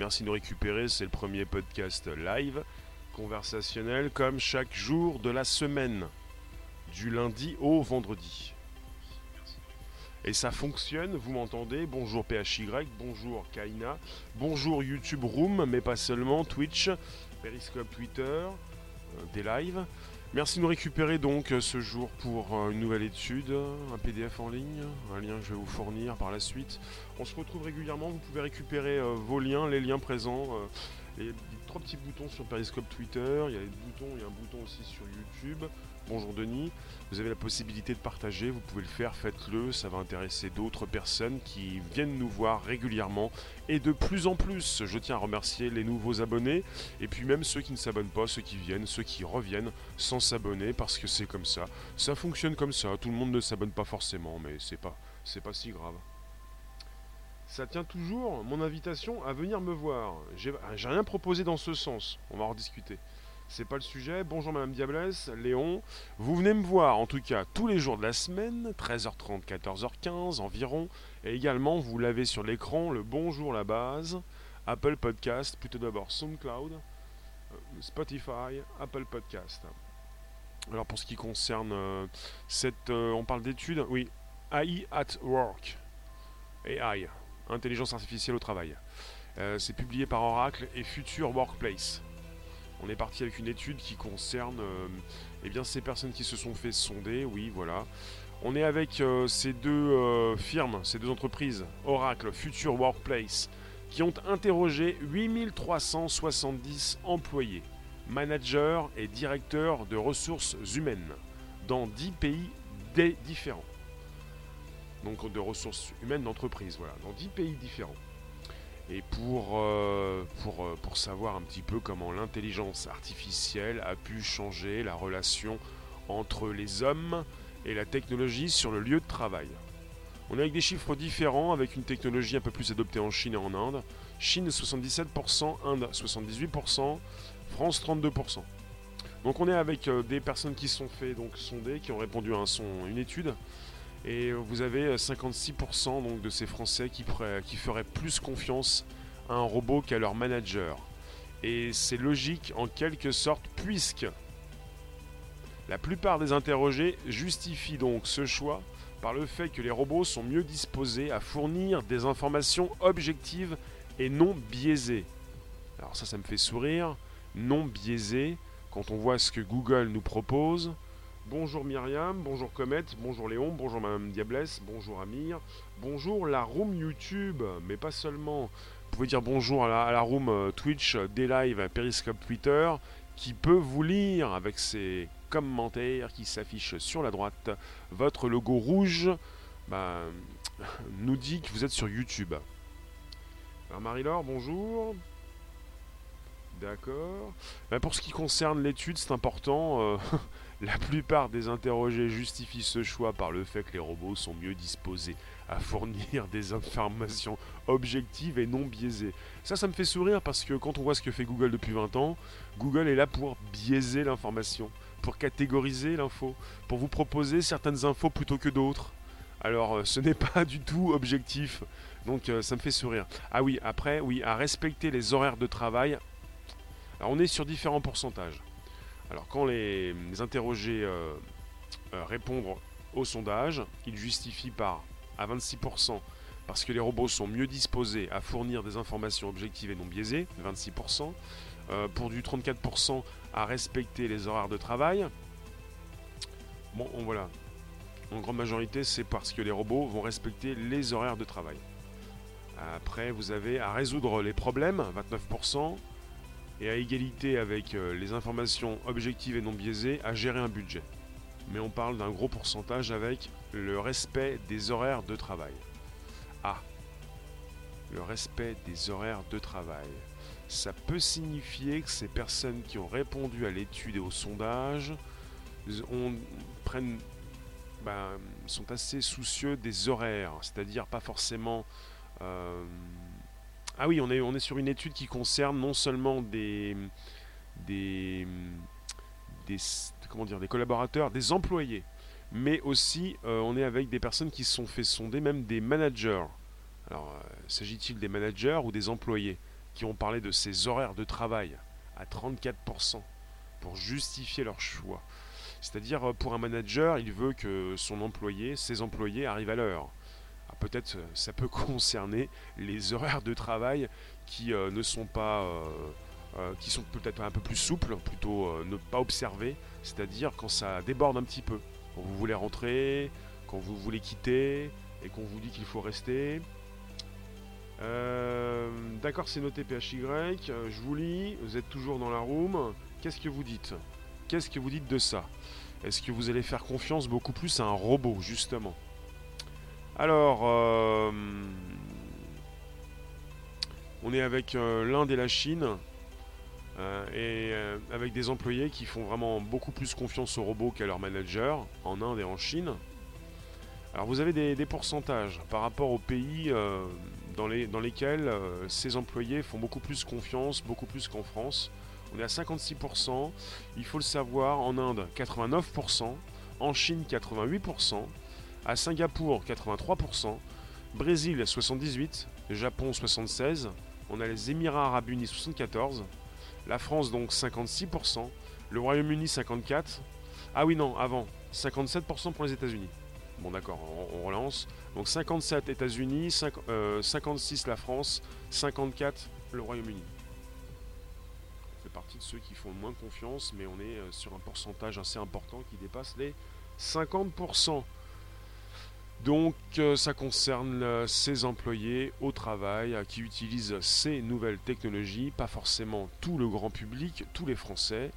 merci de nous récupérer, c'est le premier podcast live, conversationnel, comme chaque jour de la semaine, du lundi au vendredi. Et ça fonctionne, vous m'entendez? Bonjour PHY, bonjour Kaina, bonjour YouTube Room, mais pas seulement, Twitch, Periscope Twitter, des lives. Merci de nous récupérer donc ce jour pour une nouvelle étude, un PDF en ligne, un lien que je vais vous fournir par la suite. On se retrouve régulièrement, vous pouvez récupérer vos liens, les liens présents, les 3 petits boutons sur Periscope Twitter, il y a un bouton aussi sur YouTube. Bonjour Denis, vous avez la possibilité de partager, vous pouvez le faire, faites-le, ça va intéresser d'autres personnes qui viennent nous voir régulièrement et de plus en plus. Je tiens à remercier les nouveaux abonnés et puis même ceux qui ne s'abonnent pas, ceux qui viennent, ceux qui reviennent sans s'abonner parce que c'est comme ça fonctionne comme ça, tout le monde ne s'abonne pas forcément mais c'est pas si grave. Ça tient toujours mon invitation à venir me voir. J'ai rien proposé dans ce sens, on va en rediscuter. C'est pas le sujet. Bonjour Madame Diablesse, Léon. Vous venez me voir en tout cas tous les jours de la semaine, 13h30, 14h15 environ. Et également, vous l'avez sur l'écran, le bonjour la base, Apple Podcast, plutôt d'abord SoundCloud, Spotify, Apple Podcast. Alors pour ce qui concerne on parle d'études, oui, AI at Work. AI, intelligence artificielle au travail. C'est publié par Oracle et Future Workplace. On est parti avec une étude qui concerne ces personnes qui se sont fait sonder, oui, voilà. On est avec ces deux firmes, ces deux entreprises, Oracle, Future Workplace, qui ont interrogé 8370 employés, managers et directeurs de ressources humaines dans 10 pays différents. Donc de ressources humaines d'entreprise, voilà, dans 10 pays différents. Et pour savoir un petit peu comment l'intelligence artificielle a pu changer la relation entre les hommes et la technologie sur le lieu de travail. On est avec des chiffres différents, avec une technologie un peu plus adoptée en Chine et en Inde. Chine 77%, Inde 78%, France 32%. Donc on est avec des personnes qui se sont fait donc sonder, qui ont répondu à une étude. Et vous avez 56% donc de ces Français qui feraient plus confiance à un robot qu'à leur manager. Et c'est logique en quelque sorte puisque la plupart des interrogés justifient donc ce choix par le fait que les robots sont mieux disposés à fournir des informations objectives et non biaisées. Alors ça me fait sourire, non biaisé, quand on voit ce que Google nous propose. Bonjour Myriam, bonjour Comet, bonjour Léon, bonjour Madame Diablesse, bonjour Amir, bonjour la room YouTube, mais pas seulement. Vous pouvez dire bonjour à la room Twitch, des lives, Periscope Twitter, qui peut vous lire avec ses commentaires qui s'affichent sur la droite. Votre logo rouge nous dit que vous êtes sur YouTube. Alors Marie-Laure, bonjour. D'accord. Pour ce qui concerne l'étude, c'est important. La plupart des interrogés justifient ce choix par le fait que les robots sont mieux disposés à fournir des informations objectives et non biaisées. Ça me fait sourire parce que quand on voit ce que fait Google depuis 20 ans, Google est là pour biaiser l'information, pour catégoriser l'info, pour vous proposer certaines infos plutôt que d'autres. Alors ce n'est pas du tout objectif, donc ça me fait sourire. Ah oui, après, oui, à respecter les horaires de travail. Alors on est sur différents pourcentages. Alors quand les interrogés répondent au sondage, ils justifient à 26% parce que les robots sont mieux disposés à fournir des informations objectives et non biaisées, 26%. Pour du 34% à respecter les horaires de travail. Bon, voilà. En grande majorité, c'est parce que les robots vont respecter les horaires de travail. Après, vous avez à résoudre les problèmes, 29%. Et à égalité avec les informations objectives et non biaisées, à gérer un budget. Mais on parle d'un gros pourcentage avec le respect des horaires de travail. Ah, le respect des horaires de travail. Ça peut signifier que ces personnes qui ont répondu à l'étude et au sondage sont assez soucieux des horaires, c'est-à-dire pas forcément... Ah oui, on est sur une étude qui concerne non seulement des collaborateurs, des employés, mais aussi on est avec des personnes qui se sont fait sonder, même des managers. Alors, s'agit-il des managers ou des employés qui ont parlé de ces horaires de travail à 34% pour justifier leur choix. C'est-à-dire, pour un manager, il veut que ses employés arrivent à l'heure. Peut-être ça peut concerner les horaires de travail qui ne sont pas, qui sont peut-être un peu plus souples, plutôt ne pas observer, c'est-à-dire quand ça déborde un petit peu, quand vous voulez rentrer, quand vous voulez quitter et qu'on vous dit qu'il faut rester. D'accord, c'est noté PHY, je vous lis, vous êtes toujours dans la room, qu'est-ce que vous dites? Qu'est-ce que vous dites de ça? Est-ce que vous allez faire confiance beaucoup plus à un robot, justement? Alors, on est avec l'Inde et la Chine, avec des employés qui font vraiment beaucoup plus confiance aux robots qu'à leurs managers, en Inde et en Chine. Alors vous avez des pourcentages par rapport aux pays dans lesquels ces employés font beaucoup plus confiance, beaucoup plus qu'en France. On est à 56%, il faut le savoir, en Inde 89%, en Chine 88%, à Singapour 83%, Brésil 78%, Japon 76%, on a les Émirats Arabes Unis 74%, la France donc 56%, le Royaume-Uni 54%, ah oui non, avant, 57% pour les États-Unis. Bon d'accord, on relance. Donc 57 États-Unis, 56 la France, 54 le Royaume-Uni. On fait partie de ceux qui font moins confiance, mais on est sur un pourcentage assez important qui dépasse les 50%. Donc ça concerne ces employés au travail qui utilisent ces nouvelles technologies, pas forcément tout le grand public, tous les Français.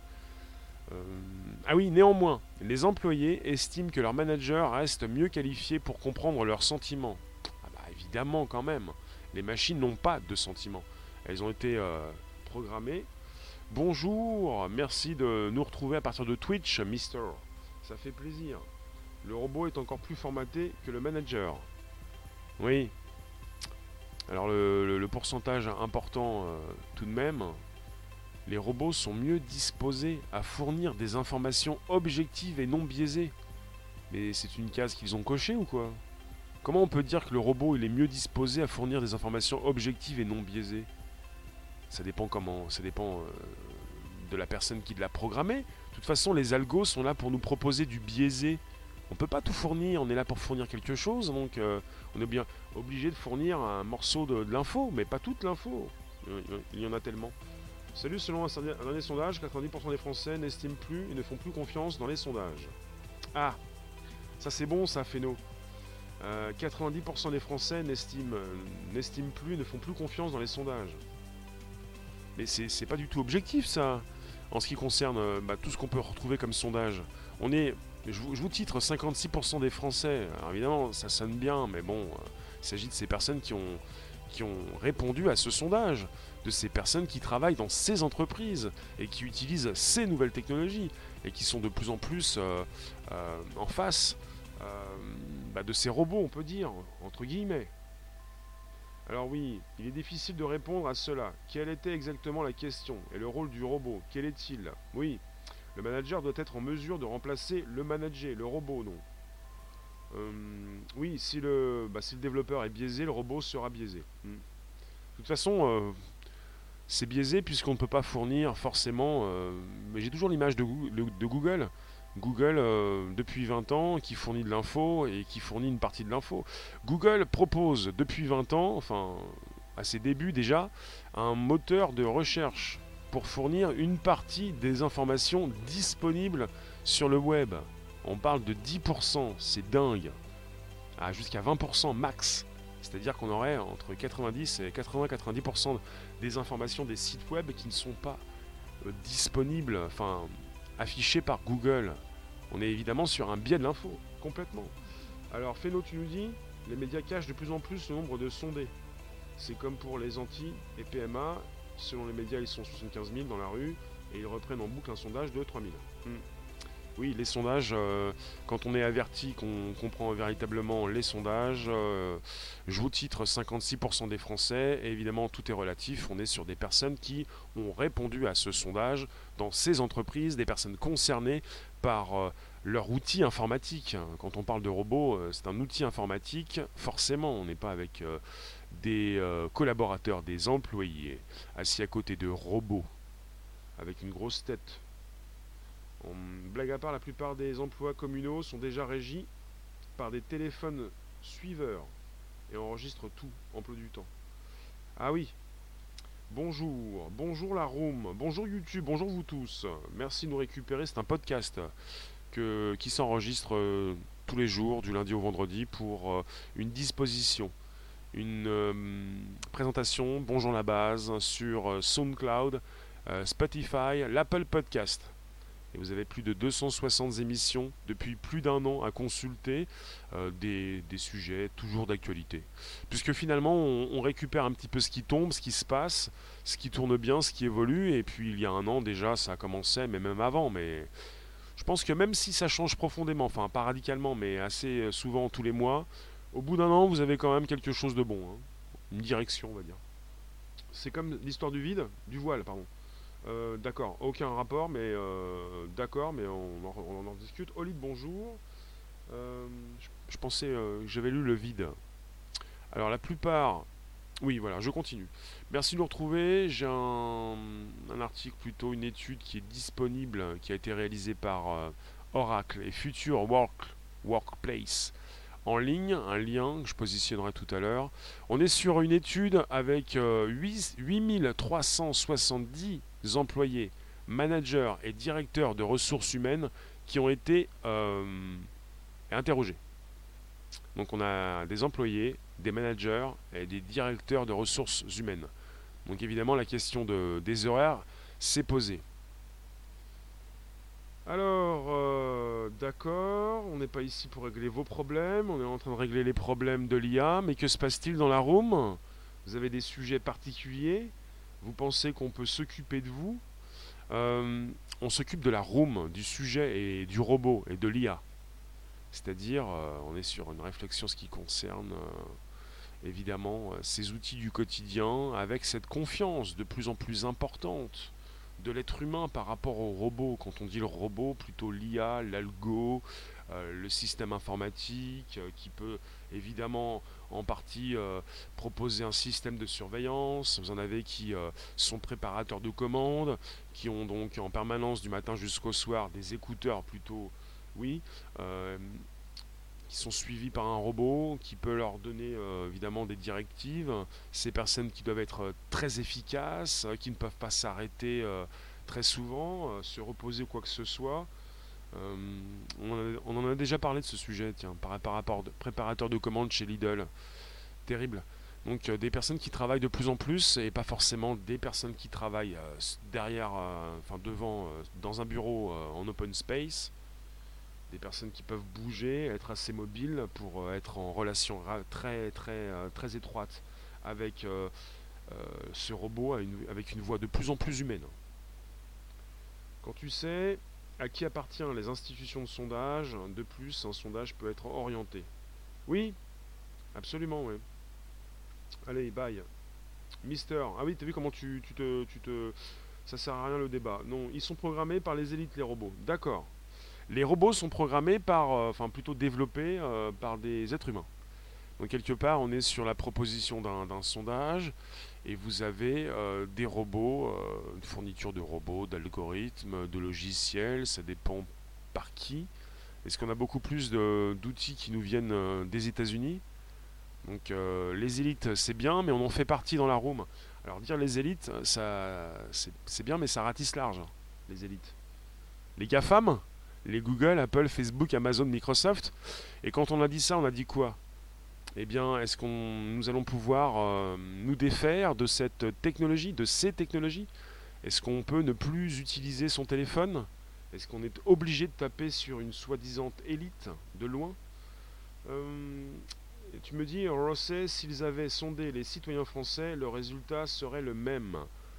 Ah oui, néanmoins, les employés estiment que leur manager reste mieux qualifié pour comprendre leurs sentiments. Ah bah évidemment quand même, les machines n'ont pas de sentiments. Elles ont été programmées. Bonjour, merci de nous retrouver à partir de Twitch, Mister. Ça fait plaisir. Le robot est encore plus formaté que le manager. Oui. Alors le pourcentage important tout de même, les robots sont mieux disposés à fournir des informations objectives et non biaisées. Mais c'est une case qu'ils ont cochée ou quoi? Comment on peut dire que le robot il est mieux disposé à fournir des informations objectives et non biaisées? Ça dépend de la personne qui l'a programmé. De toute façon, les algos sont là pour nous proposer du biaisé. On peut pas tout fournir, on est là pour fournir quelque chose, donc on est bien obligé de fournir un morceau de l'info, mais pas toute l'info. Il y en a tellement. Salut, selon un dernier sondage, 90% des Français n'estiment plus et ne font plus confiance dans les sondages. Ah, ça c'est bon ça, Féno. 90% des Français n'estiment plus et ne font plus confiance dans les sondages. Mais c'est pas du tout objectif ça, en ce qui concerne tout ce qu'on peut retrouver comme sondage. Je vous titre 56% des Français. Alors évidemment, ça sonne bien, mais bon, il s'agit de ces personnes qui ont répondu à ce sondage, de ces personnes qui travaillent dans ces entreprises et qui utilisent ces nouvelles technologies et qui sont de plus en plus en face de ces robots, on peut dire, entre guillemets. Alors oui, il est difficile de répondre à cela. Quelle était exactement la question? Et le rôle du robot, quel est-il? Oui. Le manager doit être en mesure de remplacer le manager, le robot, non. Oui, si le développeur est biaisé, le robot sera biaisé. De toute façon, c'est biaisé puisqu'on ne peut pas fournir forcément... mais j'ai toujours l'image de Google. Google, depuis 20 ans, qui fournit de l'info et qui fournit une partie de l'info. Google propose depuis 20 ans, enfin à ses débuts déjà, un moteur de recherche pour fournir une partie des informations disponibles sur le web. On parle de 10%, c'est dingue. Ah, jusqu'à 20% max. C'est-à-dire qu'on aurait entre 90 et 80-90% des informations des sites web qui ne sont pas disponibles, enfin affichées par Google. On est évidemment sur un biais de l'info, complètement. Alors Féno, tu nous dis, les médias cachent de plus en plus le nombre de sondés. C'est comme pour les anti et PMA. Selon les médias, ils sont 75 000 dans la rue et ils reprennent en boucle un sondage de 3 000. Oui, les sondages, quand on est averti qu'on comprend véritablement les sondages, je vous titre 56% des Français, et évidemment tout est relatif, on est sur des personnes qui ont répondu à ce sondage dans ces entreprises, des personnes concernées par leur outil informatique. Quand on parle de robots, c'est un outil informatique, forcément, on n'est pas avec des collaborateurs, des employés, assis à côté de robots, avec une grosse tête. Blague à part, la plupart des emplois communaux sont déjà régis par des téléphones suiveurs et enregistrent tout, emploi du temps. Ah oui, bonjour, bonjour la room, bonjour YouTube, bonjour vous tous. Merci de nous récupérer, c'est un podcast qui s'enregistre tous les jours, du lundi au vendredi, pour une disposition, une présentation, bonjour la base, sur SoundCloud, Spotify, l'Apple Podcast. Et vous avez plus de 260 émissions depuis plus d'un an à consulter, des sujets toujours d'actualité. Puisque finalement, on récupère un petit peu ce qui tombe, ce qui se passe, ce qui tourne bien, ce qui évolue. Et puis il y a un an déjà, ça a commencé, mais même avant. Mais je pense que même si ça change profondément, enfin pas radicalement, mais assez souvent tous les mois, au bout d'un an, vous avez quand même quelque chose de bon. Hein. Une direction, on va dire. C'est comme l'histoire du vide, du voile, pardon. D'accord, aucun rapport, mais d'accord, mais on en discute. Olid, bonjour. Je pensais que j'avais lu le vide. Alors la plupart... Oui, voilà, je continue. Merci de nous retrouver. J'ai un article, plutôt une étude qui est disponible, qui a été réalisée par Oracle et Future Workplace en ligne, un lien que je positionnerai tout à l'heure. On est sur une étude avec 8370 employés, managers et directeurs de ressources humaines qui ont été interrogés. Donc on a des employés, des managers et des directeurs de ressources humaines. Donc évidemment la question des horaires s'est posée. Alors, d'accord, on n'est pas ici pour régler vos problèmes, on est en train de régler les problèmes de l'IA, mais que se passe-t-il dans la room? Vous avez des sujets particuliers? Vous pensez qu'on peut s'occuper de vous? On s'occupe de la room, du sujet et du robot et de l'IA. C'est-à-dire, on est sur une réflexion ce qui concerne évidemment ces outils du quotidien avec cette confiance de plus en plus importante de l'être humain par rapport au robot. Quand on dit le robot, plutôt l'IA, l'algo, le système informatique qui peut évidemment en partie proposer un système de surveillance. Vous en avez qui sont préparateurs de commandes, qui ont donc en permanence du matin jusqu'au soir des écouteurs plutôt, oui, qui sont suivis par un robot qui peut leur donner évidemment des directives. Ces personnes qui doivent être très efficaces, qui ne peuvent pas s'arrêter très souvent, se reposer ou quoi que ce soit. On en a déjà parlé de ce sujet, tiens, par rapport de préparateur de commandes chez Lidl. Terrible. Donc des personnes qui travaillent de plus en plus et pas forcément des personnes qui travaillent derrière, enfin devant, dans un bureau en open space. Des personnes qui peuvent bouger, être assez mobiles pour être en relation très étroite avec ce robot avec une voix de plus en plus humaine. Quand tu sais à qui appartiennent les institutions de sondage, de plus, un sondage peut être orienté. Oui, absolument, oui. Allez, bye. Mister, ah oui, t'as vu comment tu te... Ça sert à rien le débat. Non, ils sont programmés par les élites, les robots. D'accord. Les robots sont programmés par, enfin plutôt développés par des êtres humains. Donc quelque part, on est sur la proposition d'un sondage et vous avez des robots, une fourniture de robots, d'algorithmes, de logiciels, ça dépend par qui. Est-ce qu'on a beaucoup plus d'outils qui nous viennent des États-Unis? Donc les élites, c'est bien, mais on en fait partie dans la room. Alors dire les élites, c'est bien, mais ça ratisse large, les élites. Les GAFAM, les Google, Apple, Facebook, Amazon, Microsoft. Et quand on a dit ça, on a dit quoi? Eh bien, est-ce qu'on nous allons pouvoir nous défaire de cette technologie, de ces technologies? Est-ce qu'on peut ne plus utiliser son téléphone? Est-ce qu'on est obligé de taper sur une soi-disant élite de loin? Tu me dis, Rosset, s'ils avaient sondé les citoyens français, le résultat serait le même.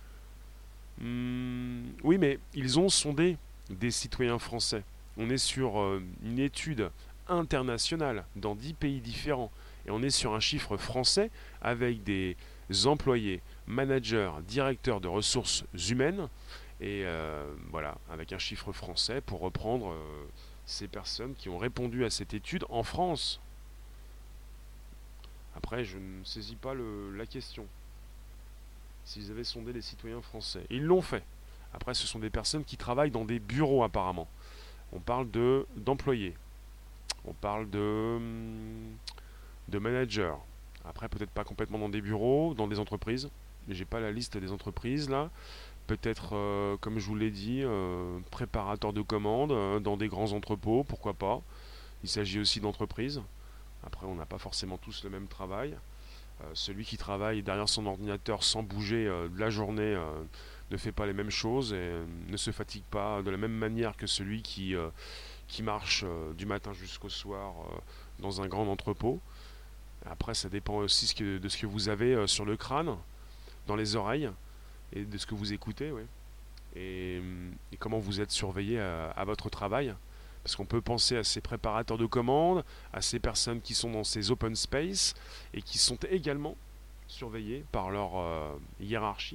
Oui, mais ils ont sondé des citoyens français. On est sur une étude internationale dans 10 pays différents. Et on est sur un chiffre français avec des employés, managers, directeurs de ressources humaines. Et voilà, avec un chiffre français pour reprendre ces personnes qui ont répondu à cette étude en France. Après, je ne saisis pas la question. S'ils avaient sondé les citoyens français. Ils l'ont fait. Après, ce sont des personnes qui travaillent dans des bureaux apparemment. On parle d'employés. On parle de managers. Après, peut-être pas complètement dans des bureaux, dans des entreprises. Mais j'ai pas la liste des entreprises là. Peut-être, comme je vous l'ai dit, préparateur de commandes dans des grands entrepôts, pourquoi pas. Il s'agit aussi d'entreprises. Après, on n'a pas forcément tous le même travail. Celui qui travaille derrière son ordinateur sans bouger de la journée ne fait pas les mêmes choses et ne se fatigue pas de la même manière que celui qui marche du matin jusqu'au soir dans un grand entrepôt. Après, ça dépend aussi de ce que vous avez sur le crâne, dans les oreilles, et de ce que vous écoutez, ouais. Et comment vous êtes surveillé à votre travail. Parce qu'on peut penser à ces préparateurs de commandes, à ces personnes qui sont dans ces open space et qui sont également surveillées par leur hiérarchie.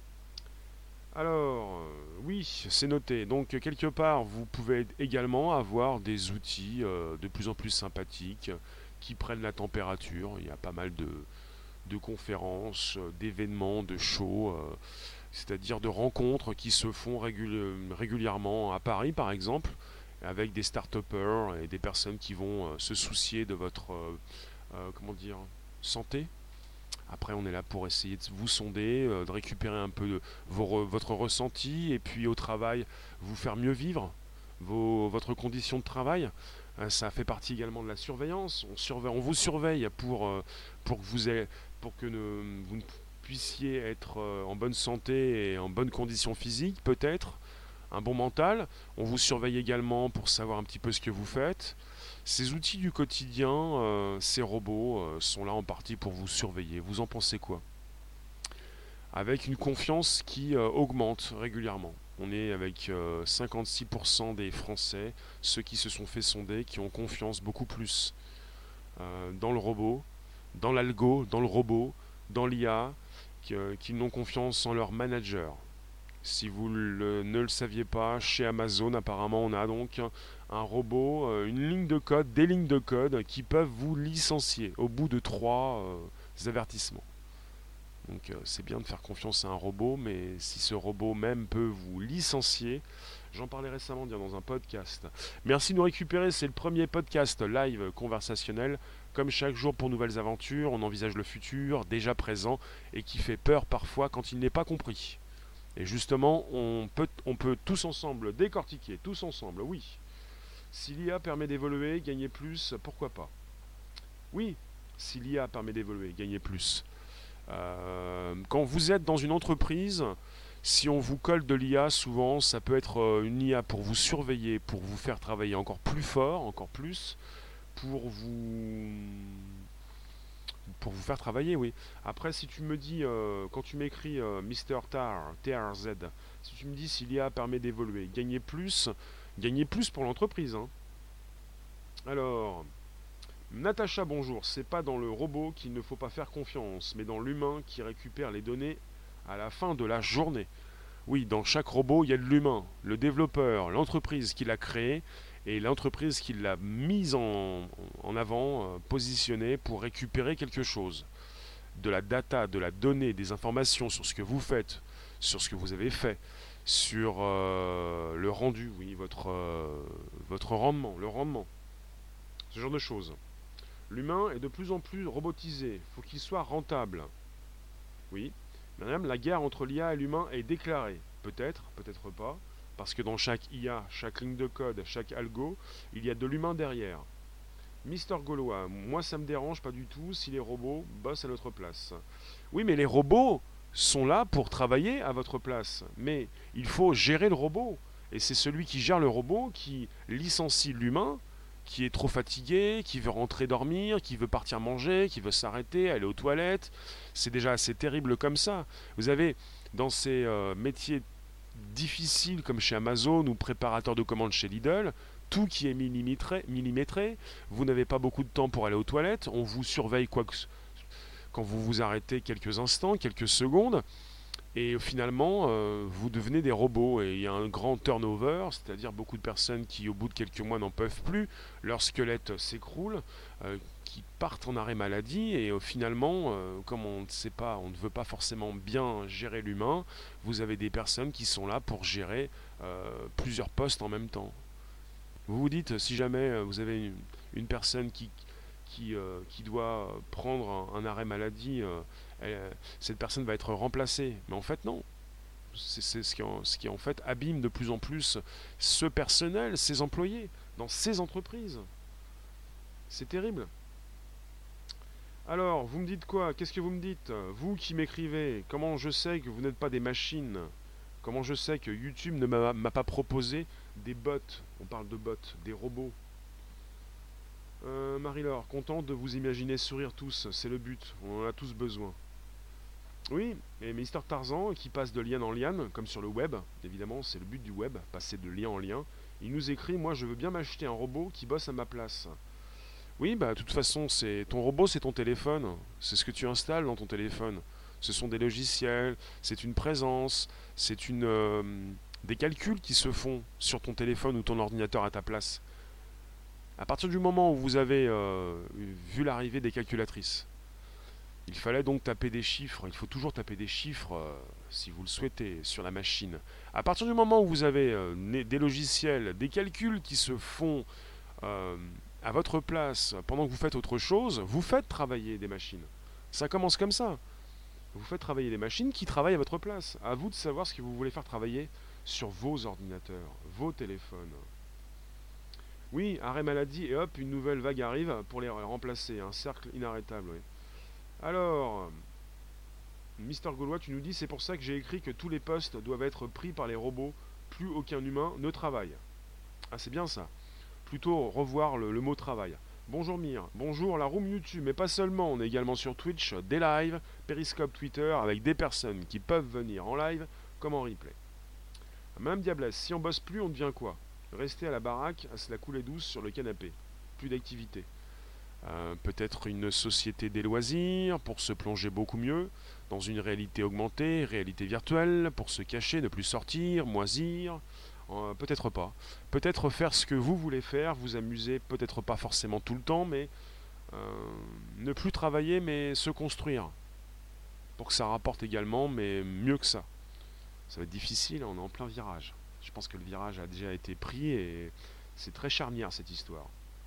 Alors, oui, c'est noté. Donc, quelque part, vous pouvez également avoir des outils de plus en plus sympathiques qui prennent la température. Il y a pas mal de conférences, d'événements, de shows, c'est-à-dire de rencontres qui se font régulièrement à Paris, par exemple, avec des start-upers et des personnes qui vont se soucier de votre comment dire, santé. Après, on est là pour essayer de vous sonder, de récupérer un peu de votre ressenti, et puis au travail, vous faire mieux vivre votre condition de travail. Ça fait partie également de la surveillance. On vous surveille pour que vous ne puissiez être en bonne santé et en bonne condition physique, peut-être, un bon mental. On vous surveille également pour savoir un petit peu ce que vous faites. Ces outils du quotidien, ces robots, sont là en partie pour vous surveiller. Vous en pensez quoi? Avec une confiance qui augmente régulièrement. On est avec 56% des Français, ceux qui se sont fait sonder, qui ont confiance beaucoup plus dans le robot, dans l'algo, dans le robot, dans l'IA, qu'ils n'ont confiance en leur manager. Si vous ne le saviez pas, chez Amazon, apparemment, on a donc un robot, une ligne de code, des lignes de code qui peuvent vous licencier au bout de 3 avertissements. Donc c'est bien de faire confiance à un robot, mais si ce robot même peut vous licencier, j'en parlais récemment dans un podcast. Merci de nous récupérer, c'est le premier podcast live conversationnel. Comme chaque jour pour nouvelles aventures, on envisage le futur, déjà présent, et qui fait peur parfois quand il n'est pas compris. Et justement, on peut tous ensemble décortiquer, tous ensemble, oui. Si l'IA permet d'évoluer, gagner plus, pourquoi pas? Oui, si l'IA permet d'évoluer, gagner plus. Quand vous êtes dans une entreprise, si on vous colle de l'IA, souvent, ça peut être une IA pour vous surveiller, pour vous faire travailler encore plus fort, encore plus, pour vous faire travailler, oui. Après, si tu me dis, quand tu m'écris Mister Tar, TRZ, si tu me dis si l'IA permet d'évoluer, gagner plus pour l'entreprise, hein. Alors, Natacha, bonjour. C'est pas dans le robot qu'il ne faut pas faire confiance, mais dans l'humain qui récupère les données à la fin de la journée. Oui, dans chaque robot, il y a de l'humain, le développeur, l'entreprise qui l'a créé et l'entreprise qui l'a mise en avant, positionnée pour récupérer quelque chose. De la data, de la donnée, des informations sur ce que vous faites, sur ce que vous avez fait, sur le rendu, oui, votre rendement, le rendement, ce genre de choses. L'humain est de plus en plus robotisé, il faut qu'il soit rentable. Oui, madame, la guerre entre l'IA et l'humain est déclarée. Peut-être, peut-être pas, parce que dans chaque IA, chaque ligne de code, chaque algo, il y a de l'humain derrière. Mister Gaulois, moi ça me dérange pas du tout si les robots bossent à notre place. Oui, mais les robots sont là pour travailler à votre place. Mais il faut gérer le robot. Et c'est celui qui gère le robot qui licencie l'humain, qui est trop fatigué, qui veut rentrer dormir, qui veut partir manger, qui veut s'arrêter, aller aux toilettes. C'est déjà assez terrible comme ça. Vous avez, dans ces métiers difficiles comme chez Amazon ou préparateur de commandes chez Lidl, tout qui est millimétré, vous n'avez pas beaucoup de temps pour aller aux toilettes, on vous surveille quand vous vous arrêtez quelques instants, quelques secondes, Et finalement, vous devenez des robots et il y a un grand turnover, c'est-à-dire beaucoup de personnes qui, au bout de quelques mois, n'en peuvent plus, leur squelette s'écroule, qui partent en arrêt maladie et finalement, comme on ne sait pas, on ne veut pas forcément bien gérer l'humain, vous avez des personnes qui sont là pour gérer plusieurs postes en même temps. Vous vous dites, si jamais vous avez une personne qui doit prendre un arrêt maladie, cette personne va être remplacée. Mais en fait, non. C'est ce qui en fait abîme de plus en plus ce personnel, ces employés, dans ces entreprises. C'est terrible. Alors, vous me dites quoi? Qu'est-ce que vous me dites? Vous qui m'écrivez, comment je sais que vous n'êtes pas des machines? Comment je sais que YouTube ne m'a pas proposé des bots? On parle de bots, des robots. Marie-Laure, content de vous imaginer sourire tous, c'est le but, on en a tous besoin. Oui, et Mister Tarzan qui passe de lien en lien, comme sur le web, évidemment, c'est le but du web, passer de lien en lien. Il nous écrit, moi je veux bien m'acheter un robot qui bosse à ma place. Oui, bah de toute façon, c'est ton robot, c'est ton téléphone, c'est ce que tu installes dans ton téléphone. Ce sont des logiciels, c'est une présence, c'est des calculs qui se font sur ton téléphone ou ton ordinateur à ta place. À partir du moment où vous avez vu l'arrivée des calculatrices, il fallait donc taper des chiffres. Il faut toujours taper des chiffres si vous le souhaitez sur la machine. À partir du moment où vous avez des logiciels, des calculs qui se font euh, à votre place pendant que vous faites autre chose, vous faites travailler des machines. Ça commence comme ça. Vous faites travailler des machines qui travaillent à votre place. À vous de savoir ce que vous voulez faire travailler sur vos ordinateurs, vos téléphones. Oui, arrêt maladie et hop, une nouvelle vague arrive pour les remplacer. Un cercle inarrêtable, oui. Alors, Mister Gaulois, tu nous dis, c'est pour ça que j'ai écrit que tous les postes doivent être pris par les robots, plus aucun humain ne travaille. Ah, c'est bien ça. Plutôt revoir le mot travail. Bonjour Mire, bonjour la room YouTube, mais pas seulement, on est également sur Twitch, des lives, Periscope Twitter, avec des personnes qui peuvent venir en live comme en replay. Madame Diablesse, si on bosse plus, on devient quoi? Rester à la baraque, à se la couler douce sur le canapé. Plus d'activité. Peut-être une société des loisirs pour se plonger beaucoup mieux dans une réalité augmentée, réalité virtuelle, pour se cacher, ne plus sortir, moisir. Peut-être pas. Peut-être faire ce que vous voulez faire, vous amuser, peut-être pas forcément tout le temps, mais ne plus travailler, mais se construire. Pour que ça rapporte également, mais mieux que ça. Ça va être difficile, on est en plein virage. Je pense que le virage a déjà été pris et c'est très charnière cette histoire.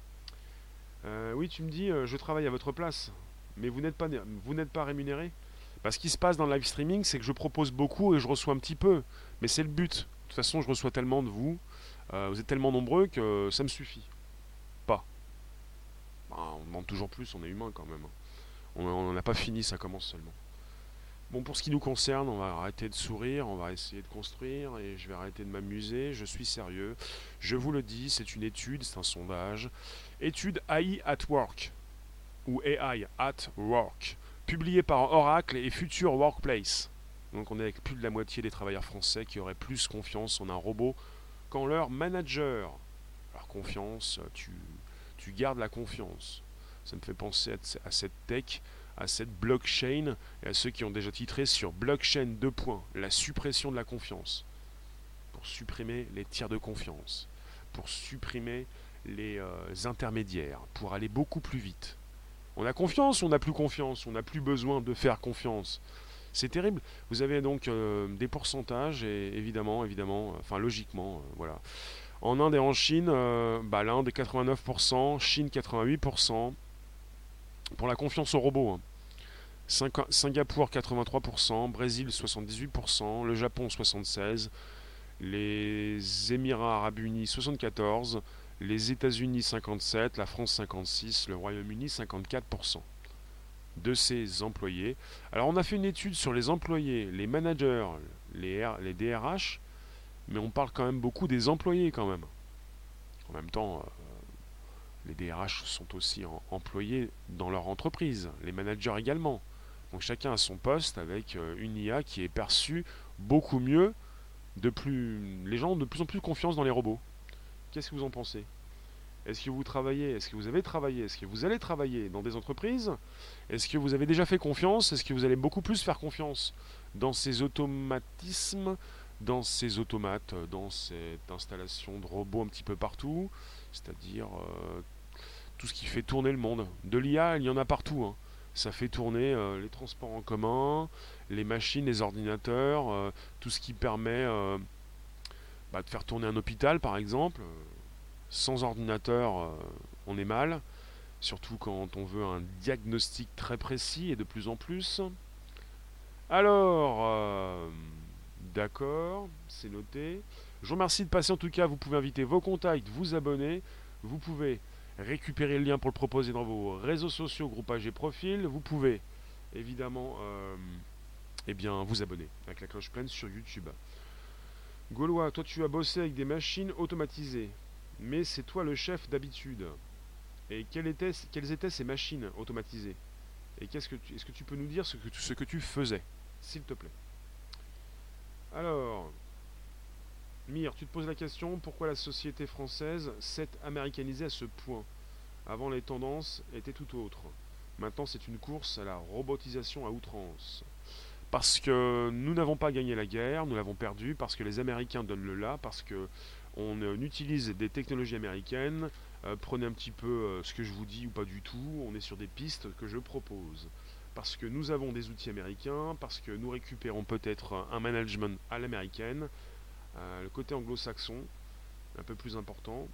Oui, tu me dis, je travaille à votre place, mais vous n'êtes pas rémunéré. Ce qui se passe dans le live streaming, c'est que je propose beaucoup et je reçois un petit peu. Mais c'est le but. De toute façon, je reçois tellement de vous, vous êtes tellement nombreux que ça me suffit. Pas. Bah, on demande toujours plus, on est humain quand même. On n'a pas fini, ça commence seulement. Bon, pour ce qui nous concerne, on va arrêter de sourire, on va essayer de construire et je vais arrêter de m'amuser. Je suis sérieux. Je vous le dis, c'est une étude, c'est un sondage. Étude AI at Work ou AI at Work, publiée par Oracle et Future Workplace. Donc on est avec plus de la moitié des travailleurs français qui auraient plus confiance en un robot qu'en leur manager. Alors confiance, tu gardes la confiance. Ça me fait penser à cette tech, à cette blockchain et à ceux qui ont déjà titré sur blockchain 2 points, la suppression de la confiance. Pour supprimer les tiers de confiance, pour supprimer les intermédiaires, pour aller beaucoup plus vite. On a confiance, on n'a plus confiance, on n'a plus besoin de faire confiance. C'est terrible. Vous avez donc des pourcentages et évidemment, enfin logiquement, voilà. En Inde et en Chine, l'Inde 89%, Chine 88%. Pour la confiance aux robots, hein. Singapour 83%, Brésil 78%, le Japon 76%, les Émirats Arabes Unis 74%, les États-Unis 57%, la France 56%, le Royaume-Uni 54% de ces employés. Alors on a fait une étude sur les employés, les managers, les DRH, mais on parle quand même beaucoup des employés quand même. En même temps, les DRH sont aussi employés dans leur entreprise, les managers également. Donc chacun a son poste avec une IA qui est perçue beaucoup mieux. Les gens ont de plus en plus confiance dans les robots. Qu'est-ce que vous en pensez? Est-ce que vous travaillez? Est-ce que vous avez travaillé? Est-ce que vous allez travailler dans des entreprises? Est-ce que vous avez déjà fait confiance? Est-ce que vous allez beaucoup plus faire confiance? dans ces automatismes, dans ces automates, dans cette installation de robots un petit peu partout, c'est-à-dire tout ce qui fait tourner le monde. De l'IA, il y en a partout, hein. Ça fait tourner les transports en commun, les machines, les ordinateurs, tout ce qui permet de faire tourner un hôpital par exemple. Sans ordinateur, on est mal, surtout quand on veut un diagnostic très précis et de plus en plus. Alors, d'accord, c'est noté. Je vous remercie de passer en tout cas. Vous pouvez inviter vos contacts, vous abonner. Vous pouvez récupérer le lien pour le proposer dans vos réseaux sociaux, groupages et profils. Vous pouvez évidemment vous abonner avec la cloche pleine sur YouTube. Gaulois, toi tu as bossé avec des machines automatisées, mais c'est toi le chef d'habitude. Et quelles étaient ces machines automatisées? Et est-ce que tu peux nous dire ce que tu faisais, s'il te plaît? Alors, Mire, tu te poses la question, pourquoi la société française s'est américanisée à ce point? Avant, les tendances étaient tout autres. Maintenant, c'est une course à la robotisation à outrance. Parce que nous n'avons pas gagné la guerre, nous l'avons perdue, parce que les Américains donnent le là, parce que on utilise des technologies américaines. Prenez un petit peu ce que je vous dis ou pas du tout, on est sur des pistes que je propose. Parce que nous avons des outils américains, parce que nous récupérons peut-être un management à l'américaine, le côté anglo-saxon, un peu plus important.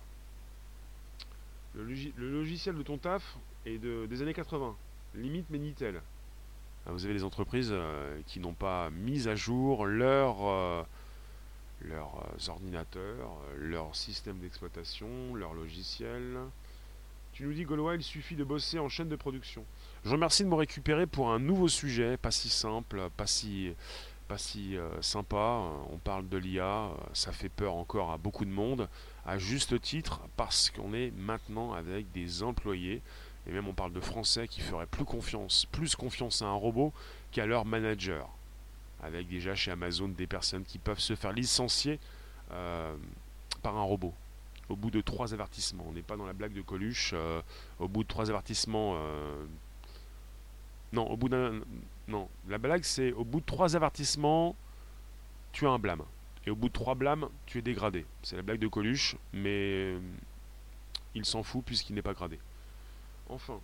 Le logiciel de ton taf est des années 80, limite Minitel. Vous avez des entreprises qui n'ont pas mis à jour leurs ordinateurs, leur système d'exploitation, leur logiciel. Tu nous dis, Gaulois, il suffit de bosser en chaîne de production. Je vous remercie de me récupérer pour un nouveau sujet, pas si simple, pas si sympa. On parle de l'IA, ça fait peur encore à beaucoup de monde, à juste titre, parce qu'on est maintenant avec des employés, et même on parle de Français qui feraient plus confiance à un robot qu'à leur manager. Avec déjà chez Amazon des personnes qui peuvent se faire licencier par un robot. Au bout de 3 avertissements. On n'est pas dans la blague de Coluche. Au bout de 3 avertissements... Non, au bout d'un... Non, la blague c'est au bout de 3 avertissements, tu as un blâme. Et au bout de 3 blâmes, tu es dégradé. C'est la blague de Coluche, mais il s'en fout puisqu'il n'est pas gradé. Enfin,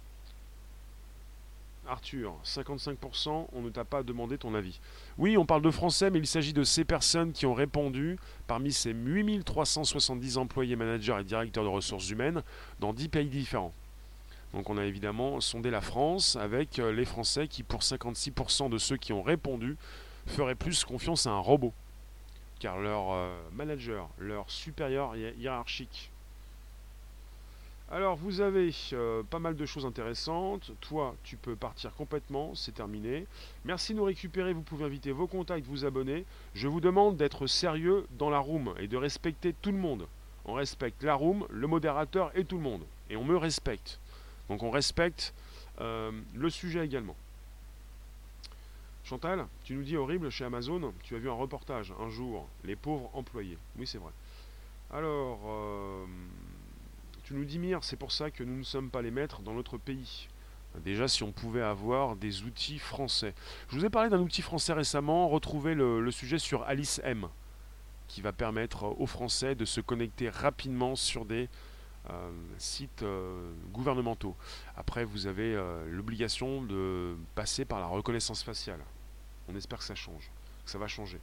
Arthur, 55%, on ne t'a pas demandé ton avis. Oui, on parle de français, mais il s'agit de ces personnes qui ont répondu parmi ces 8370 employés, managers et directeurs de ressources humaines dans 10 pays différents. Donc on a évidemment sondé la France avec les Français qui, pour 56% de ceux qui ont répondu, feraient plus confiance à un robot. Car leur manager, leur supérieur hiérarchique. Alors vous avez pas mal de choses intéressantes. Toi, tu peux partir complètement, c'est terminé. Merci de nous récupérer, vous pouvez inviter vos contacts, vous abonner. Je vous demande d'être sérieux dans la room et de respecter tout le monde. On respecte la room, le modérateur et tout le monde. Et on me respecte. Donc on respecte le sujet également. Chantal, tu nous dis horrible chez Amazon, tu as vu un reportage un jour, les pauvres employés. Oui, c'est vrai. Alors, tu nous dis Mire, c'est pour ça que nous ne sommes pas les maîtres dans notre pays. Déjà, si on pouvait avoir des outils français. Je vous ai parlé d'un outil français récemment, retrouvez le sujet sur Alice M, qui va permettre aux Français de se connecter rapidement sur des sites gouvernementaux. Après, vous avez l'obligation de passer par la reconnaissance faciale. On espère que ça change, que ça va changer.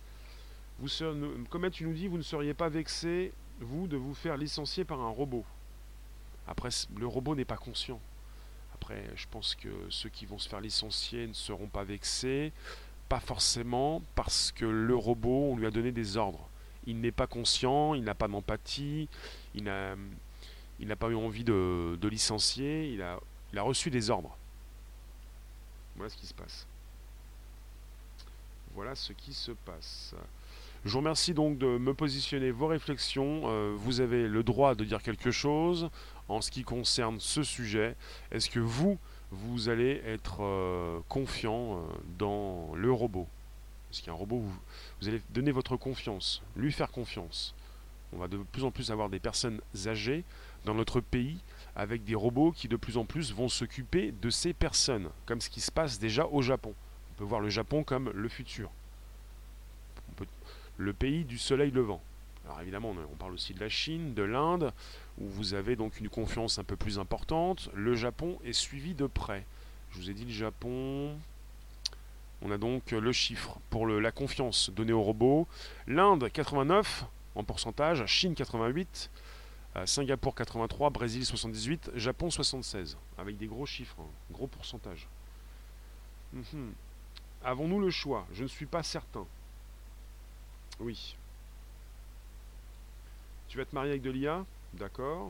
Comme tu nous dis, vous ne seriez pas vexé, vous, de vous faire licencier par un robot. Après, le robot n'est pas conscient. Après, je pense que ceux qui vont se faire licencier ne seront pas vexés, pas forcément parce que le robot, on lui a donné des ordres. Il n'est pas conscient, il n'a pas d'empathie, il n'a pas eu envie de licencier, il a reçu des ordres. Voilà ce qui se passe. Voilà ce qui se passe. Je vous remercie donc de me positionner vos réflexions. Vous avez le droit de dire quelque chose en ce qui concerne ce sujet. Est-ce que vous allez être confiant dans le robot? Est-ce qu'un robot, vous allez donner votre confiance, lui faire confiance? On va de plus en plus avoir des personnes âgées dans notre pays avec des robots qui de plus en plus vont s'occuper de ces personnes, comme ce qui se passe déjà au Japon. On peut voir le Japon comme le futur. Le pays du soleil levant. Alors évidemment, on parle aussi de la Chine, de l'Inde, où vous avez donc une confiance un peu plus importante. Le Japon est suivi de près. Je vous ai dit le Japon. On a donc le chiffre pour la confiance donnée aux robots. L'Inde 89 en pourcentage, Chine 88, Singapour 83, Brésil 78, Japon 76. Avec des gros chiffres, hein, gros pourcentage. Avons-nous le choix? Je ne suis pas certain. Oui. Tu vas te marier avec de l'IA? D'accord.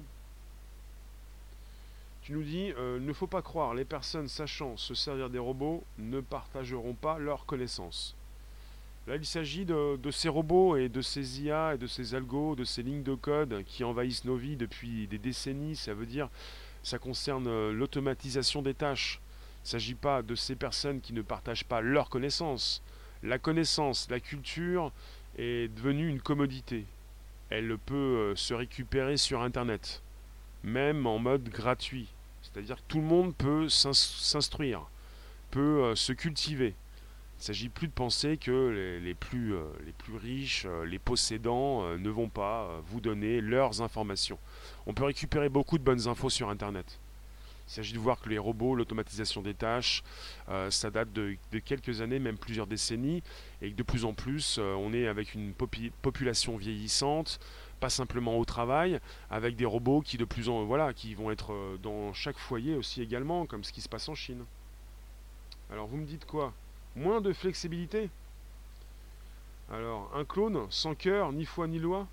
Tu nous dis, ne faut pas croire, les personnes sachant se servir des robots ne partageront pas leurs connaissances. Là, il s'agit de ces robots et de ces IA et de ces algos, de ces lignes de code qui envahissent nos vies depuis des décennies. Ça veut dire, ça concerne l'automatisation des tâches. Il ne s'agit pas de ces personnes qui ne partagent pas leurs connaissances. La connaissance, la culture est devenue une commodité. Elle peut se récupérer sur Internet, même en mode gratuit. C'est-à-dire que tout le monde peut s'instruire, peut se cultiver. Il ne s'agit plus de penser que les plus riches, les possédants, ne vont pas vous donner leurs informations. On peut récupérer beaucoup de bonnes infos sur Internet. Il s'agit de voir que les robots, l'automatisation des tâches, ça date de quelques années, même plusieurs décennies, et que de plus en plus, on est avec une population vieillissante, pas simplement au travail, avec des robots qui qui vont être dans chaque foyer aussi également, comme ce qui se passe en Chine. Alors vous me dites quoi? Moins de flexibilité? Alors un clone sans cœur, ni foi ni loi?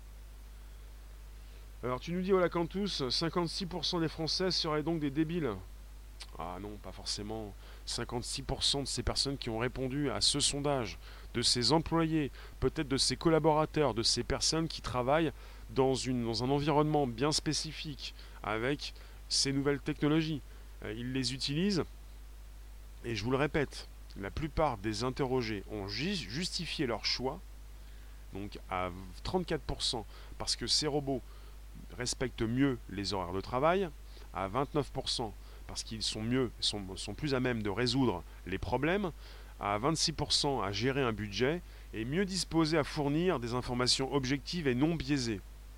Alors tu nous dis, Ola Cantus, 56% des Français seraient donc des débiles. Ah non, pas forcément. 56% de ces personnes qui ont répondu à ce sondage, de ces employés, peut-être de ces collaborateurs, de ces personnes qui travaillent dans un environnement bien spécifique, avec ces nouvelles technologies. Ils les utilisent, et je vous le répète, la plupart des interrogés ont justifié leur choix, donc à 34%, parce que ces robots respectent mieux les horaires de travail, à 29% parce qu'ils sont plus à même de résoudre les problèmes, à 26% à gérer un budget et mieux disposés à fournir des informations objectives et non biaisées.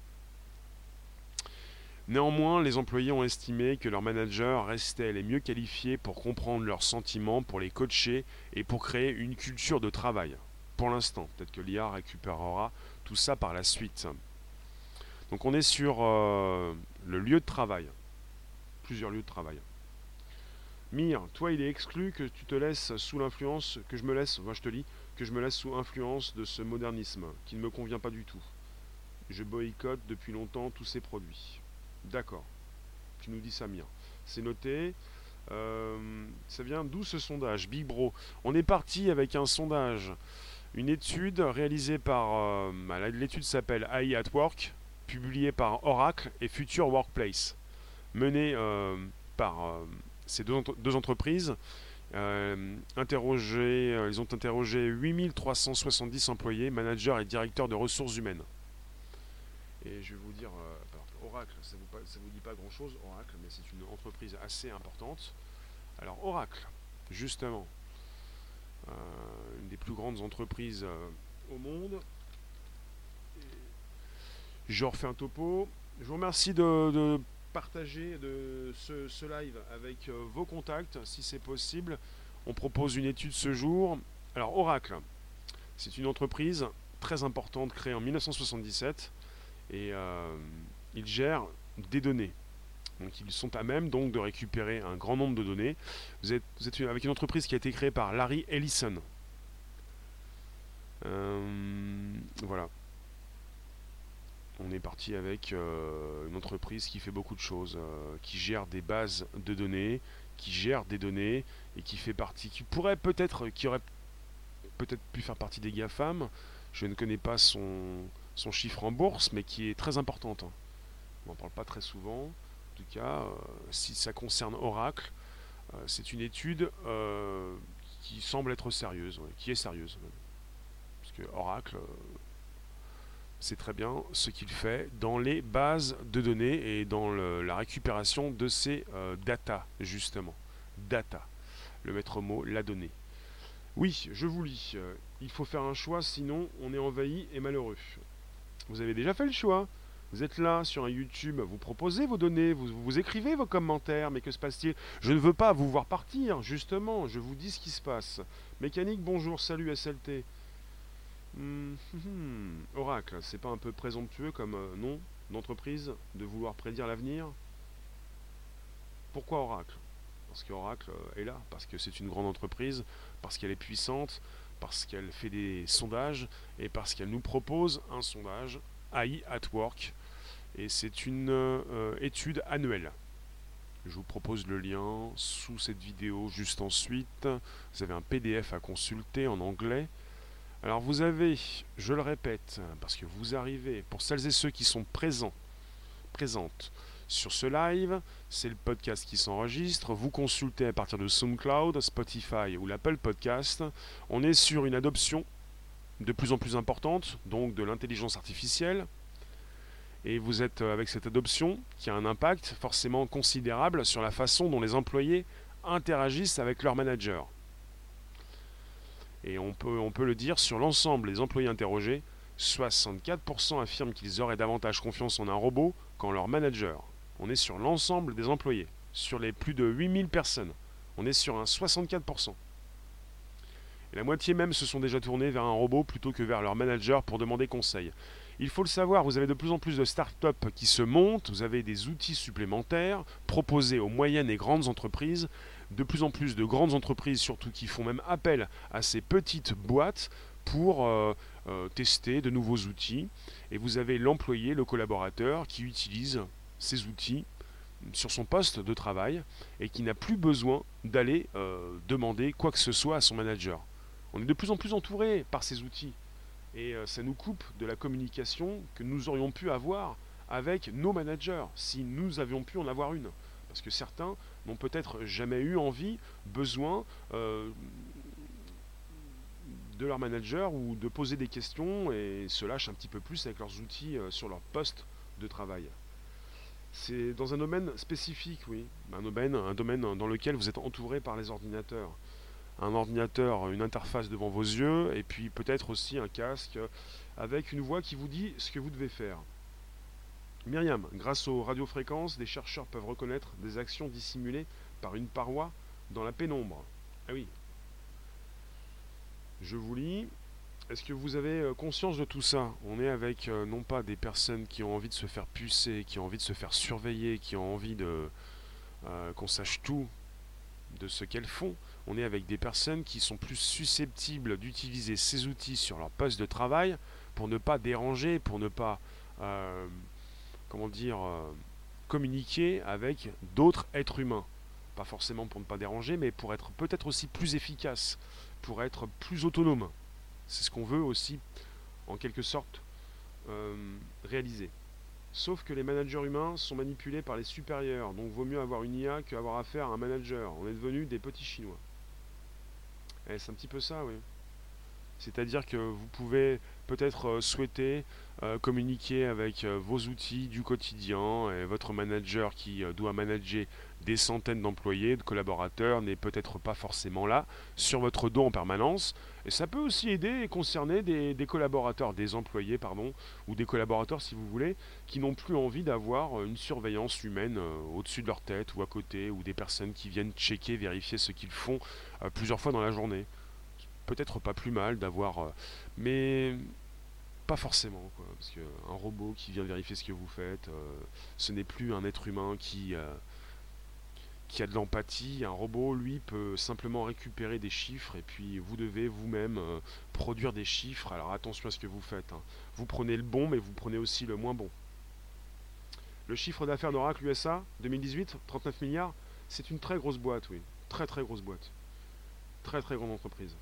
Néanmoins, les employés ont estimé que leurs managers restaient les mieux qualifiés pour comprendre leurs sentiments, pour les coacher et pour créer une culture de travail. Pour l'instant, peut-être que l'IA récupérera tout ça par la suite. Donc on est sur le lieu de travail. Plusieurs lieux de travail. Mire, toi il est exclu que tu te laisses sous l'influence, que je me laisse sous influence de ce modernisme qui ne me convient pas du tout. Je boycotte depuis longtemps tous ces produits. D'accord. Tu nous dis ça, Mire. C'est noté. Ça vient d'où ce sondage? Big Bro. On est parti avec un sondage, une étude réalisée par... l'étude s'appelle AI at Work, publié par Oracle et Future Workplace, mené par ces deux entreprises. Ils ont interrogé 8370 employés, managers et directeurs de ressources humaines. Et je vais vous dire, Oracle, ça vous dit pas grand-chose, Oracle, mais c'est une entreprise assez importante. Alors Oracle, justement, une des plus grandes entreprises au monde. Je refais un topo. Je vous remercie de partager ce live avec vos contacts, si c'est possible. On propose une étude ce jour. Alors Oracle, c'est une entreprise très importante créée en 1977 et ils gèrent des données. Donc ils sont à même donc de récupérer un grand nombre de données. Vous êtes avec une entreprise qui a été créée par Larry Ellison. Voilà. On est parti avec une entreprise qui fait beaucoup de choses, qui gère des bases de données, qui gère des données et qui aurait peut-être pu faire partie des GAFAM. Je ne connais pas son chiffre en bourse, mais qui est très importante. On n'en parle pas très souvent. En tout cas, si ça concerne Oracle, c'est une étude qui semble être sérieuse, qui est sérieuse. Parce que Oracle... c'est très bien ce qu'il fait dans les bases de données et dans la récupération de ces data, justement. Data, le maître mot, la donnée. Oui, je vous lis. Il faut faire un choix, sinon on est envahi et malheureux. Vous avez déjà fait le choix. Vous êtes là sur un YouTube, vous proposez vos données, vous écrivez vos commentaires, mais que se passe-t-il? Je ne veux pas vous voir partir, justement, je vous dis ce qui se passe. Mécanique, bonjour, salut SLT. Oracle, c'est pas un peu présomptueux comme nom d'entreprise de vouloir prédire l'avenir? Pourquoi Oracle? Parce qu'Oracle est là, parce que c'est une grande entreprise, parce qu'elle est puissante, parce qu'elle fait des sondages et parce qu'elle nous propose un sondage AI at Work. Et c'est une étude annuelle. Je vous propose le lien sous cette vidéo juste ensuite. Vous avez un PDF à consulter en anglais. Alors vous avez, je le répète, parce que vous arrivez, pour celles et ceux qui sont présentes sur ce live, c'est le podcast qui s'enregistre. Vous consultez à partir de SoundCloud, Spotify ou l'Apple Podcast. On est sur une adoption de plus en plus importante, donc de l'intelligence artificielle. Et vous êtes avec cette adoption qui a un impact forcément considérable sur la façon dont les employés interagissent avec leur manager. Et on peut le dire sur l'ensemble des employés interrogés, 64% affirment qu'ils auraient davantage confiance en un robot qu'en leur manager. On est sur l'ensemble des employés, sur les plus de 8000 personnes. On est sur un 64%. Et la moitié même se sont déjà tournés vers un robot plutôt que vers leur manager pour demander conseil. Il faut le savoir, vous avez de plus en plus de start-up qui se montent, vous avez des outils supplémentaires proposés aux moyennes et grandes entreprises, de plus en plus de grandes entreprises surtout qui font même appel à ces petites boîtes pour tester de nouveaux outils. Et vous avez l'employé, le collaborateur qui utilise ces outils sur son poste de travail et qui n'a plus besoin d'aller demander quoi que ce soit à son manager. On est de plus en plus entouré par ces outils. Et ça nous coupe de la communication que nous aurions pu avoir avec nos managers, si nous avions pu en avoir une. Parce que certains n'ont peut-être jamais eu envie, besoin de leur manager ou de poser des questions et se lâchent un petit peu plus avec leurs outils sur leur poste de travail. C'est dans un domaine spécifique, oui. Un domaine dans lequel vous êtes entouré par les ordinateurs. Un ordinateur, une interface devant vos yeux, et puis peut-être aussi un casque avec une voix qui vous dit ce que vous devez faire. Myriam, grâce aux radiofréquences, des chercheurs peuvent reconnaître des actions dissimulées par une paroi dans la pénombre. Ah oui. Je vous lis. Est-ce que vous avez conscience de tout ça? On est avec non pas des personnes qui ont envie de se faire pucer, qui ont envie de se faire surveiller, qui ont envie de qu'on sache tout de ce qu'elles font. On est avec des personnes qui sont plus susceptibles d'utiliser ces outils sur leur poste de travail pour ne pas déranger, pour ne pas communiquer avec d'autres êtres humains. Pas forcément pour ne pas déranger, mais pour être peut-être aussi plus efficace, pour être plus autonome. C'est ce qu'on veut aussi, en quelque sorte, réaliser. Sauf que les managers humains sont manipulés par les supérieurs, donc vaut mieux avoir une IA qu'avoir affaire à un manager. On est devenus des petits Chinois. Et c'est un petit peu ça, oui. C'est-à-dire que vous pouvez peut-être souhaiter communiquer avec vos outils du quotidien et votre manager qui doit manager des centaines d'employés, de collaborateurs, n'est peut-être pas forcément là, sur votre dos en permanence. Et ça peut aussi aider et concerner des collaborateurs, des employés, pardon, ou des collaborateurs si vous voulez, qui n'ont plus envie d'avoir une surveillance humaine au-dessus de leur tête ou à côté, ou des personnes qui viennent checker, vérifier ce qu'ils font plusieurs fois dans la journée. Peut-être pas plus mal d'avoir, mais pas forcément, quoi, parce qu'un robot qui vient vérifier ce que vous faites, ce n'est plus un être humain qui a de l'empathie. Un robot, lui, peut simplement récupérer des chiffres et puis vous devez vous-même produire des chiffres. Alors attention à ce que vous faites, hein. Vous prenez le bon, mais vous prenez aussi le moins bon. Le chiffre d'affaires d'Oracle USA 2018, 39 milliards, c'est une très grosse boîte, oui. Très très grosse boîte. Très très grande entreprise.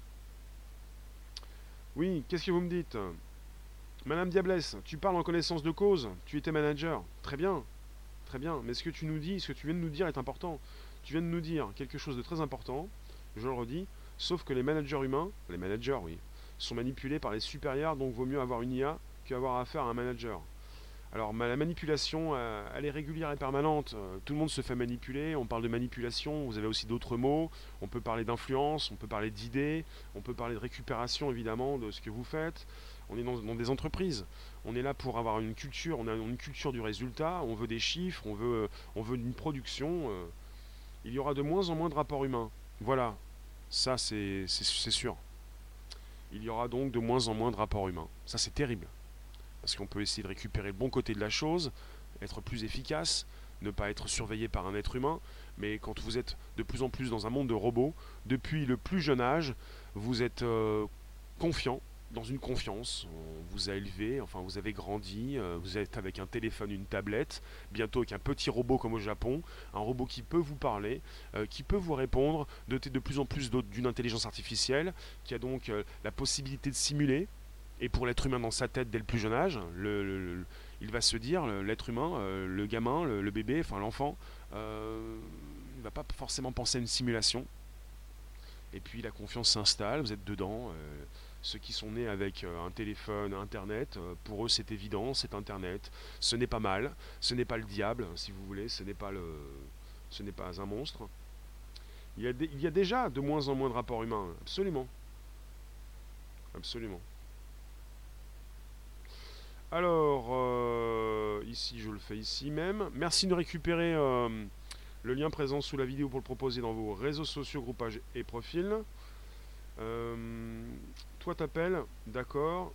Oui, qu'est-ce que vous me dites? Madame Diablesse, tu parles en connaissance de cause, tu étais manager. Très bien, très bien. Mais ce que tu nous dis, ce que tu viens de nous dire est important. Tu viens de nous dire quelque chose de très important, je le redis, sauf que les managers humains, les managers, oui, sont manipulés par les supérieurs, donc vaut mieux avoir une IA qu'avoir affaire à un manager. Alors la manipulation, elle est régulière et permanente. Tout le monde se fait manipuler. On parle de manipulation. Vous avez aussi d'autres mots. On peut parler d'influence. On peut parler d'idées. On peut parler de récupération évidemment de ce que vous faites. On est dans des entreprises. On est là pour avoir une culture. On a une culture du résultat. On veut des chiffres. On veut une production. Il y aura de moins en moins de rapports humains. Voilà. Ça c'est sûr. Il y aura donc de moins en moins de rapports humains. Ça c'est terrible. Parce qu'on peut essayer de récupérer le bon côté de la chose, être plus efficace, ne pas être surveillé par un être humain, mais quand vous êtes de plus en plus dans un monde de robots, depuis le plus jeune âge, vous êtes confiant, dans une confiance, on vous a élevé, enfin vous avez grandi, vous êtes avec un téléphone, une tablette, bientôt avec un petit robot comme au Japon, un robot qui peut vous parler, qui peut vous répondre, doté de plus en plus d'une intelligence artificielle, qui a donc la possibilité de simuler, et pour l'être humain dans sa tête dès le plus jeune âge, il va se dire, l'être humain, le gamin, le bébé, enfin l'enfant, il ne va pas forcément penser à une simulation. Et puis la confiance s'installe, vous êtes dedans. Ceux qui sont nés avec un téléphone, Internet, pour eux c'est évident, c'est Internet. Ce n'est pas mal, ce n'est pas le diable, si vous voulez, ce n'est pas un monstre. Il y a déjà de moins en moins de rapports humains, absolument. Absolument. Alors, ici, je le fais ici même. Merci de récupérer le lien présent sous la vidéo pour le proposer dans vos réseaux sociaux, groupages et profils. Toi, t'appelles, d'accord.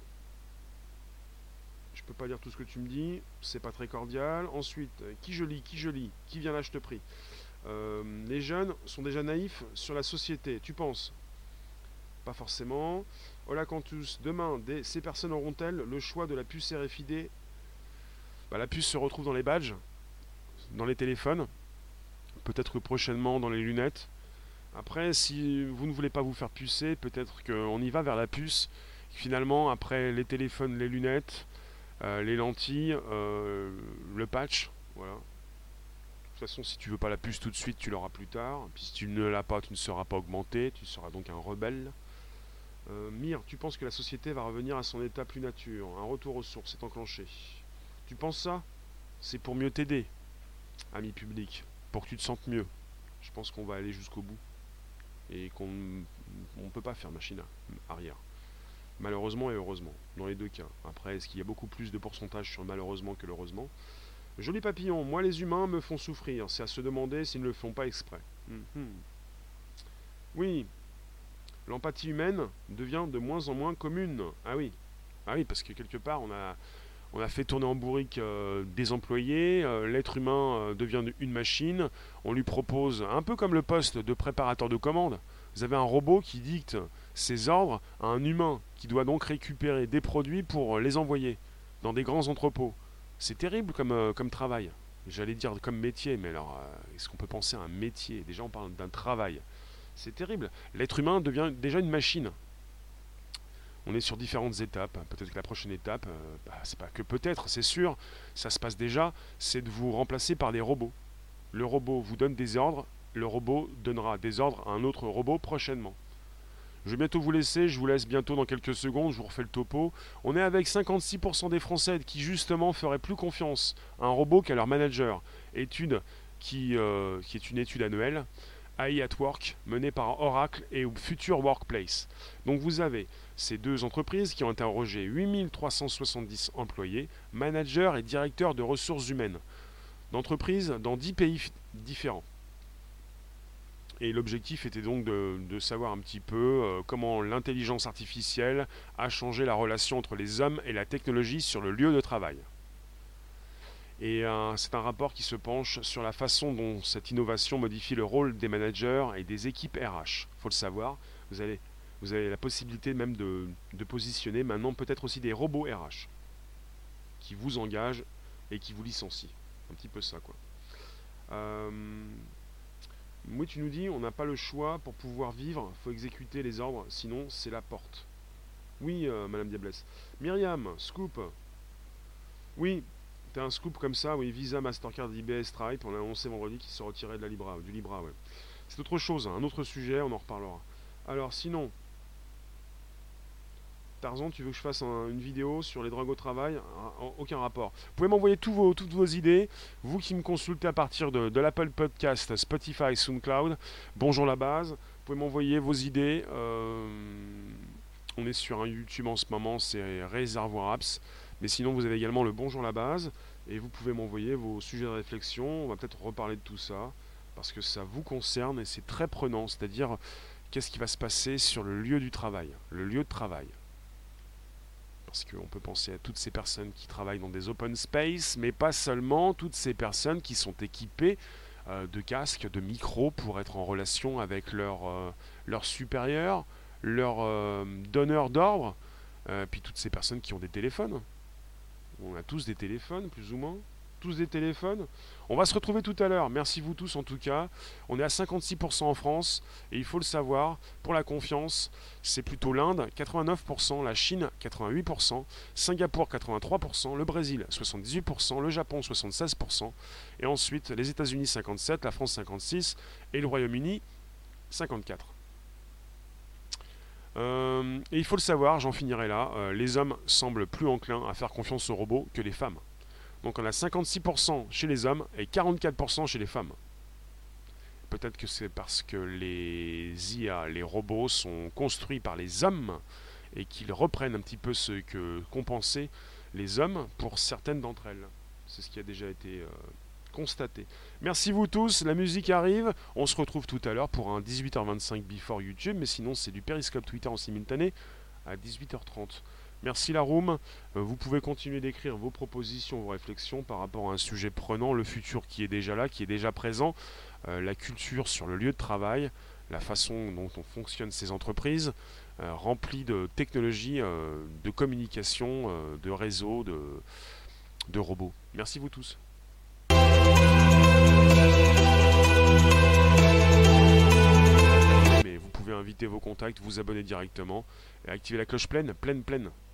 Je peux pas lire tout ce que tu me dis, c'est pas très cordial. Ensuite, qui je lis, qui vient là, je te prie. Les jeunes sont déjà naïfs sur la société, tu penses? Pas forcément. Hola Cantus, demain, ces personnes auront-elles le choix de la puce RFID? La puce se retrouve dans les badges, dans les téléphones, peut-être que prochainement dans les lunettes. Après, si vous ne voulez pas vous faire pucer, peut-être qu'on y va vers la puce. Finalement, après les téléphones, les lunettes, les lentilles, le patch, voilà. De toute façon, si tu veux pas la puce tout de suite, tu l'auras plus tard. Puis si tu ne l'as pas, tu ne seras pas augmenté, tu seras donc un rebelle. Mire, tu penses que la société va revenir à son état plus nature, un retour aux sources est enclenché. Tu penses ça? C'est pour mieux t'aider, ami public, pour que tu te sentes mieux. Je pense qu'on va aller jusqu'au bout et qu'on ne peut pas faire machine arrière. Malheureusement et heureusement, dans les deux cas. Après, est-ce qu'il y a beaucoup plus de pourcentage sur malheureusement que l'heureusement? Joli papillon, moi les humains me font souffrir, c'est à se demander s'ils ne le font pas exprès. Oui, l'empathie humaine devient de moins en moins commune. Ah oui, parce que quelque part on a fait tourner en bourrique des employés, l'être humain devient une machine, on lui propose, un peu comme le poste de préparateur de commandes, vous avez un robot qui dicte ses ordres à un humain, qui doit donc récupérer des produits pour les envoyer dans des grands entrepôts. C'est terrible comme travail. J'allais dire comme métier, mais alors, est-ce qu'on peut penser à un métier? Déjà, on parle d'un travail. C'est terrible. L'être humain devient déjà une machine. On est sur différentes étapes. Peut-être que la prochaine étape, c'est pas que peut-être, c'est sûr, ça se passe déjà, c'est de vous remplacer par des robots. Le robot vous donne des ordres, le robot donnera des ordres à un autre robot prochainement. Je vais bientôt vous laisser, je vous laisse bientôt dans quelques secondes, je vous refais le topo. On est avec 56% des Français qui justement feraient plus confiance à un robot qu'à leur manager. Étude qui est une étude annuelle, AI at Work, menée par Oracle et Future Workplace. Donc vous avez ces deux entreprises qui ont interrogé 8370 employés, managers et directeurs de ressources humaines, d'entreprises dans 10 pays différents. Et l'objectif était donc de savoir un petit peu comment l'intelligence artificielle a changé la relation entre les hommes et la technologie sur le lieu de travail. Et c'est un rapport qui se penche sur la façon dont cette innovation modifie le rôle des managers et des équipes RH. Il faut le savoir, vous avez la possibilité même de positionner maintenant peut-être aussi des robots RH qui vous engagent et qui vous licencient. Un petit peu ça, quoi. Oui, tu nous dis, on n'a pas le choix pour pouvoir vivre, il faut exécuter les ordres, sinon c'est la porte. Oui, Madame Diablesse. Myriam, scoop. Oui, t'as un scoop comme ça, oui, Visa, Mastercard, IBS, Stripe, on a annoncé vendredi qu'ils se retiraient de la Libra, du Libra, ouais. C'est autre chose, un autre sujet, on en reparlera. Alors, sinon, Tarzan, tu veux que je fasse une vidéo sur les drogues au travail? Aucun rapport. Vous pouvez m'envoyer toutes vos idées. Vous qui me consultez à partir de l'Apple Podcast, Spotify, SoundCloud. Bonjour la base. Vous pouvez m'envoyer vos idées. On est sur un YouTube en ce moment, c'est Réservoir Apps. Mais sinon, vous avez également le Bonjour la base. Et vous pouvez m'envoyer vos sujets de réflexion. On va peut-être reparler de tout ça. Parce que ça vous concerne et c'est très prenant. C'est-à-dire, qu'est-ce qui va se passer sur le lieu du travail? Le lieu de travail. Parce qu'on peut penser à toutes ces personnes qui travaillent dans des open space, mais pas seulement, toutes ces personnes qui sont équipées de casques, de micros pour être en relation avec leur supérieur, leur donneur d'ordre, puis toutes ces personnes qui ont des téléphones. On a tous des téléphones, plus ou moins. Tous des téléphones. On va se retrouver tout à l'heure. Merci vous tous en tout cas. On est à 56% en France et il faut le savoir, pour la confiance, c'est plutôt l'Inde, 89%, la Chine, 88%, Singapour, 83%, le Brésil, 78%, le Japon, 76%, et ensuite les États-Unis, 57%, la France, 56%, et le Royaume-Uni, 54%. Et il faut le savoir, j'en finirai là, les hommes semblent plus enclins à faire confiance aux robots que les femmes. Donc on a 56% chez les hommes et 44% chez les femmes. Peut-être que c'est parce que les IA, les robots sont construits par les hommes et qu'ils reprennent un petit peu ce que compensaient les hommes pour certaines d'entre elles. C'est ce qui a déjà été constaté. Merci vous tous, la musique arrive. On se retrouve tout à l'heure pour un 18h25 before YouTube, mais sinon c'est du Periscope Twitter en simultané à 18h30. Merci la room, vous pouvez continuer d'écrire vos propositions, vos réflexions par rapport à un sujet prenant, le futur qui est déjà là, qui est déjà présent, la culture sur le lieu de travail, la façon dont on fonctionne ces entreprises, remplies de technologies, de communication, de réseaux, de robots. Merci vous tous. Mais vous pouvez inviter vos contacts, vous abonner directement et activer la cloche pleine.